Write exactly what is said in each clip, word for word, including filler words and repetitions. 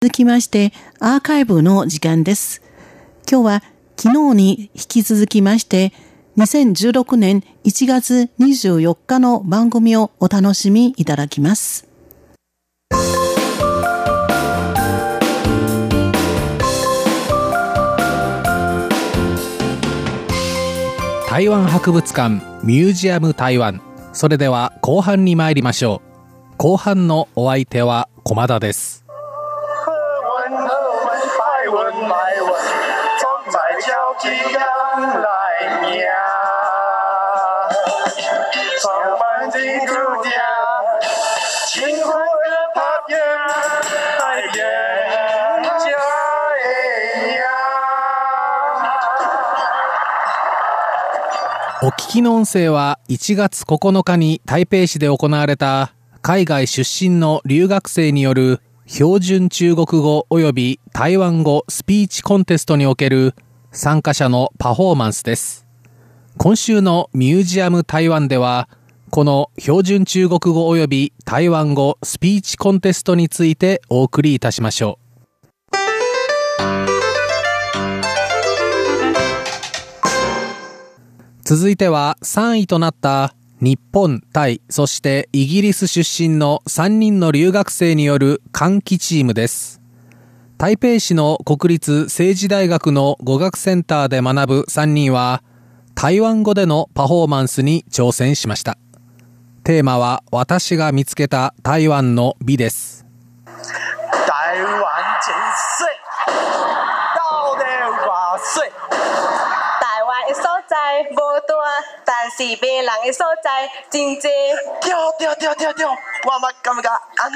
続きましてアーカイブの時間です。今日は昨日に引き続きましてにせんじゅうろくねんいちがつにじゅうよっかの番組をお楽しみいただきます。 台湾博物館ミュージアム台湾。それでは後半に参りましょう。後半のお相手は駒田です。お聞きの音声はいちがつここのかに台北市で行われた海外出身の留学生による標準中国語及び台湾語スピーチコンテストにおける参加者のパフォーマンスです。今週のミュージアム台湾ではこの標準中国語及び台湾語スピーチコンテストについてお送りいたしましょう。続いてはさんいとなった日本、タイ、そしてイギリス出身のさんにんの留学生による歓喜チームです。台北市の国立政治大学の語学センターで学ぶさんにんは台湾語でのパフォーマンスに挑戦しました。テーマは私が見つけた台湾の美です。 台湾真水到底偌水台湾的所在无大，但是迷人的所在真多。 对对对对对，我嘛感觉安尼。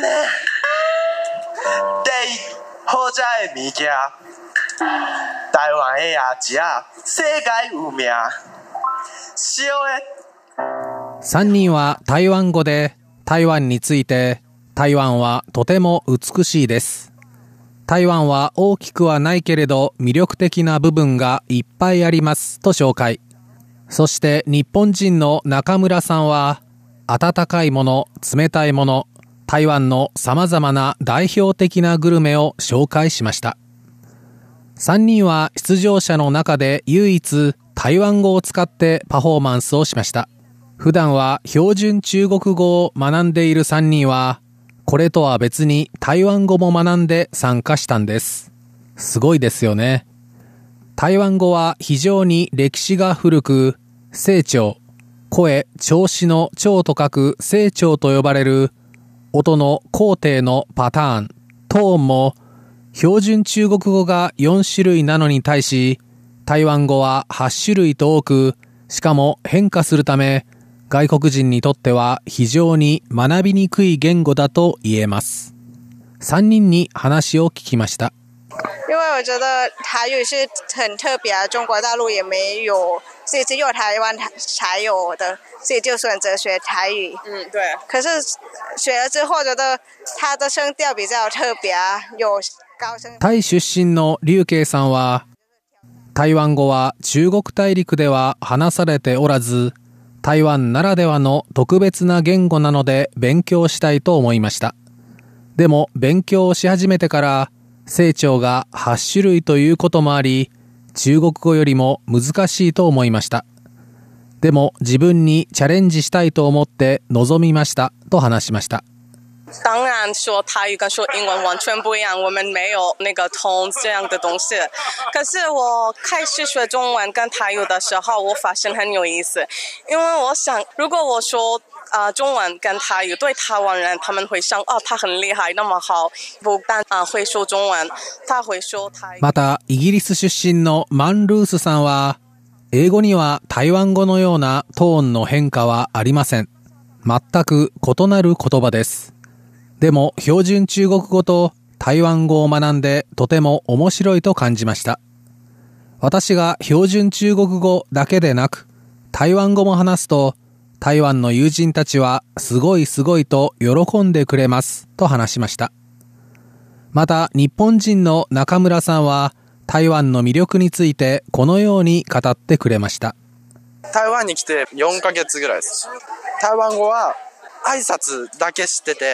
第一好食的物件，台湾的也食，世界有名。小的。 さんにんは台湾語で台湾について、台湾はとても美しいです。台湾は大きくはないけれど魅力的な部分がいっぱいありますと紹介。そして日本人の中村さんは温かいもの、冷たいもの、台湾のさまざまな代表的なグルメを紹介しました。さんにんは出場者の中で唯一台湾語を使ってパフォーマンスをしました。普段は標準中国語を学んでいるさんにんはこれとは別に台湾語も学んで参加したんです。すごいですよね。台湾語は非常に歴史が古く、声調、声、調子の調と書く声調と呼ばれる音の高低のパターン、トーンも標準中国語がよんしゅるいなのに対し、台湾語ははちしゅるいと多く、しかも変化するため、外国人にとっては非常に学びにくい言語だと言えます。さんにんに話を聞きました。 因为我觉得台语是很特别，中国大陆也没有，所以只有台湾才有的，所以就选择学台语。 嗯，对。 可是学了之后，觉得它的声调比较特别，有高声。 タイ出身の劉慶さんは、台湾語は中国大陸では話されておらず、台湾ならではの特別な言語なので勉強したいと思いました。でも勉強をし始めてから声調がはちしゅるいということもあり、中国語よりも難しいと思いました。でも自分にチャレンジしたいと思って臨みましたと話しました。 当然说台语跟说英文完全不一样，我们没有那个 tone 这样的东西。可是我开始学中文跟台语的时候，我发现很有意思，因为我想如果我说呃中文跟台语，对台湾人他们会想哦他很厉害那么好，不但啊、呃、会说中文，他会说台语。 またイギリス出身のマンルースさんは、英語には台湾語のようなトーンの変化はありません。全く異なる言葉です。でも標準中国語と台湾語を学んでとても面白いと感じました。私が標準中国語だけでなく台湾語も話すと、台湾の友人たちはすごいすごいと喜んでくれますと話しました。また日本人の中村さんは台湾の魅力についてこのように語ってくれました。 台湾に来てよんかげつぐらいです。台湾語は挨拶だけ知ってて、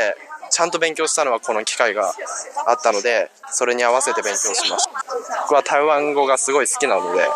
ちゃんと勉強したのはこの機会があったので、それに合わせて勉強しました。僕は台湾語がすごい好きなので、はい、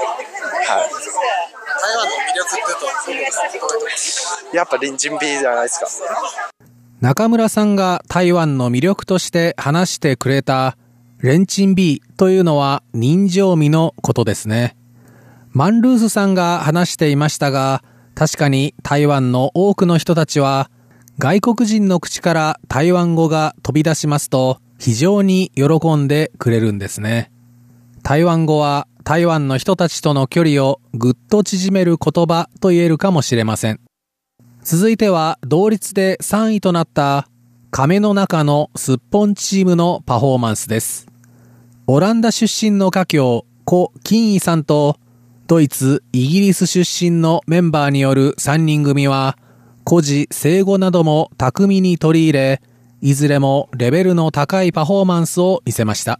台湾の魅力ってどうですか？ やっぱ隣人美じゃないですか。 中村さんが台湾の魅力として話してくれた連珍美というのは人情味のことですね。マンルースさんが話していましたが、確かに台湾の多くの人たちは外国人の口から台湾語が飛び出しますと非常に喜んでくれるんですね。台湾語は台湾の人たちとの距離をぐっと縮める言葉と言えるかもしれません。続いては同率でさんいとなった亀の中のすっぽんチームのパフォーマンスです。オランダ出身の華僑コ・キンイさんとドイツ、イギリス出身のメンバーによるさんにん組は故事、成語なども巧みに取り入れ、いずれもレベルの高いパフォーマンスを見せました。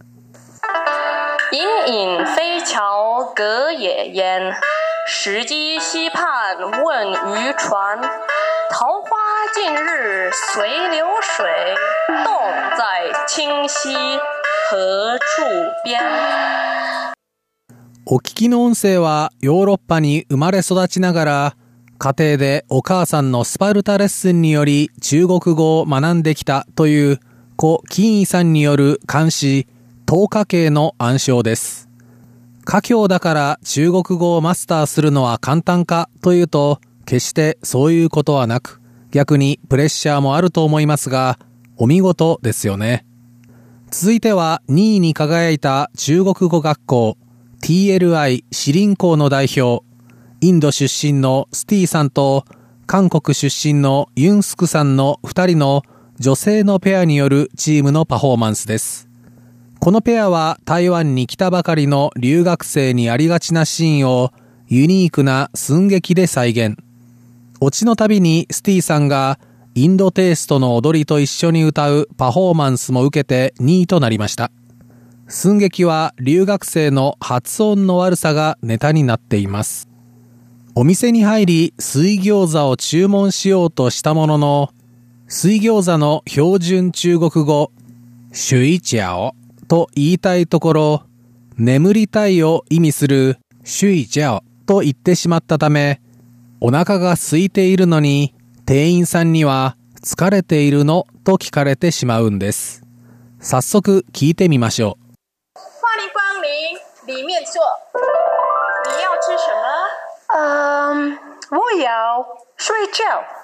隐隐飞桥隔野烟，石矶溪畔问渔船。桃花尽日随流水，洞在清溪何处边。 お聞きの音声はヨーロッパに生まれ育ちながら家庭でお母さんのスパルタレッスンにより中国語を学んできたというコ・キンイさんによる監視東華系の暗唱です。華僑だから中国語をマスターするのは簡単かというと決してそういうことはなく、逆にプレッシャーもあると思いますが、お見事ですよね。続いてはにいに輝いた中国語学校 ティーエルアイ シリン校の代表、インド出身のスティーさんと韓国出身のユンスクさんのふたりの女性のペアによるチームのパフォーマンスです。このペアは台湾に来たばかりの留学生にありがちなシーンをユニークな寸劇で再現。オチのたびにスティーさんがインドテイストの踊りと一緒に歌うパフォーマンスも受けてにいとなりました。寸劇は留学生の発音の悪さがネタになっています。お店に入り水餃子を注文しようとしたものの、水餃子の標準中国語シュイチャオと言いたいところ、眠りたいを意味するシュイジャオと言ってしまったため、お腹が空いているのに店員さんには疲れているのと聞かれてしまうんです。早速聞いてみましょう。 欢迎光临，里面坐。你要吃什么？嗯，我要睡觉。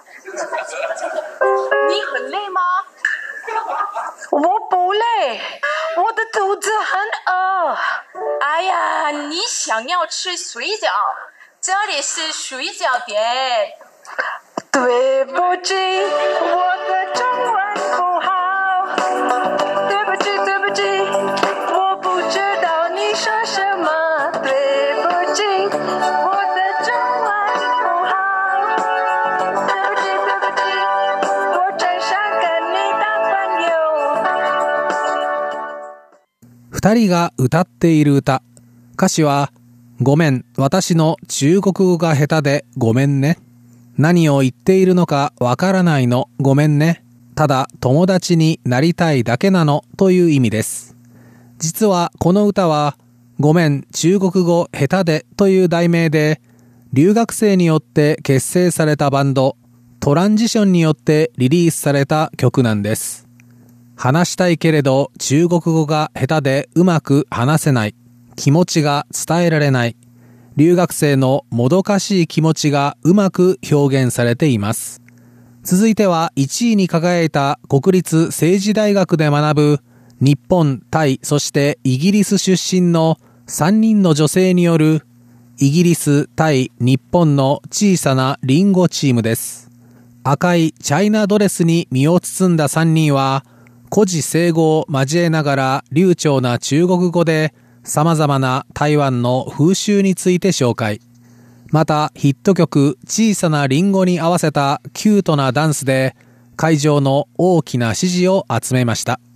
你很累吗？我不累，我的肚子很饿。哎呀，你想要吃水饺？这里是水饺店。对不起，我的中文不好。对不起，对不起，我不知道你说什么。对不起，我的中文不好。对不起，对不起，我真想跟你当朋友。 二人が歌っている歌、歌詞はごめん、私の中国語が下手でごめんね。何を言っているのかわからないの、ごめんね。ただ友達になりたいだけなのという意味です。実はこの歌はごめん、中国語下手でという題名で留学生によって結成されたバンドトランジションによってリリースされた曲なんです。話したいけれど中国語が下手でうまく話せない、気持ちが伝えられない、留学生のもどかしい気持ちがうまく表現されています。続いてはいちいに輝いた国立政治大学で学ぶ日本、タイ、そしてイギリス出身のさんにんの女性によるイギリス、タイ、日本の小さなリンゴチームです。赤いチャイナドレスに身を包んださんにんは故事成語を交えながら流暢な中国語で様々な台湾の風習について紹介。またヒット曲小さなリンゴに合わせたキュートなダンスで会場の大きな支持を集めました。